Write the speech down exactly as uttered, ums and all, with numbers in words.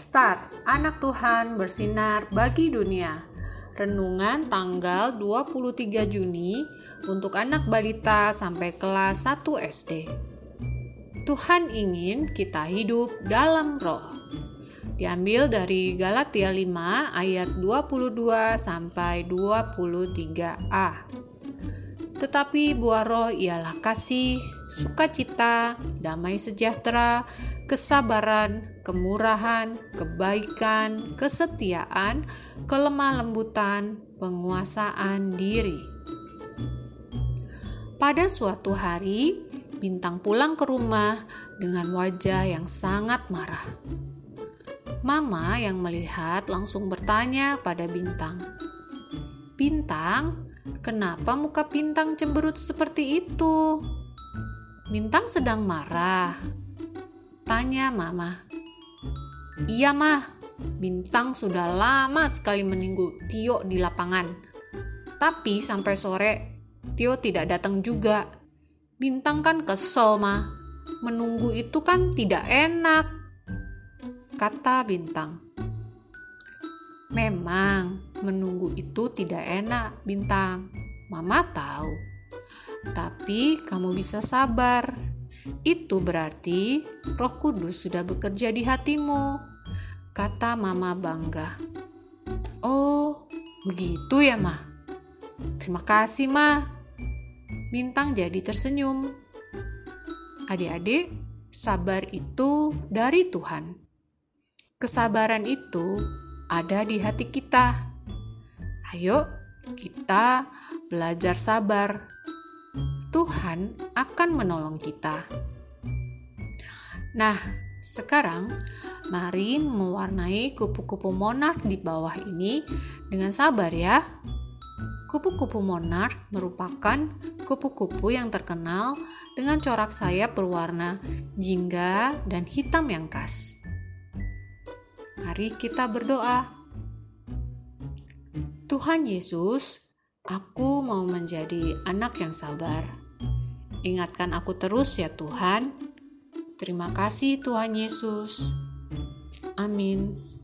Start, anak Tuhan bersinar bagi dunia. Renungan tanggal dua puluh tiga Juni untuk anak balita sampai kelas satu S D. Tuhan ingin kita hidup dalam roh. Diambil dari Galatia lima ayat dua puluh dua sampai dua puluh tiga a. Tetapi buah roh ialah kasih, sukacita, damai sejahtera, kesabaran, kemurahan, kebaikan, kesetiaan, kelemah lembutan, penguasaan diri. Pada suatu hari, Bintang pulang ke rumah dengan wajah yang sangat marah. Mama yang melihat langsung bertanya pada Bintang, "Bintang, kenapa muka Bintang cemberut seperti itu? Bintang sedang marah?" Tanya Mama. "Iya, Mah. Bintang sudah lama sekali menunggu Tio di lapangan. Tapi sampai sore, Tio tidak datang juga. Bintang kan kesel, Mah. Menunggu itu kan tidak enak," kata Bintang. "Memang menunggu itu tidak enak, Bintang. Mama tahu. Tapi kamu bisa sabar. Itu berarti Roh Kudus sudah bekerja di hatimu," kata Mama bangga. "Oh, begitu ya, Ma? Terima kasih, Ma." Bintang jadi tersenyum. Adik-adik, sabar itu dari Tuhan. Kesabaran itu ada di hati kita. Ayo kita belajar sabar. Tuhan akan menolong kita. Nah, sekarang mari mewarnai kupu-kupu monark di bawah ini dengan sabar ya. Kupu-kupu monark merupakan kupu-kupu yang terkenal dengan corak sayap berwarna jingga dan hitam yang khas. Mari kita berdoa. Tuhan Yesus, aku mau menjadi anak yang sabar. Ingatkan aku terus ya Tuhan. Terima kasih Tuhan Yesus. Amin.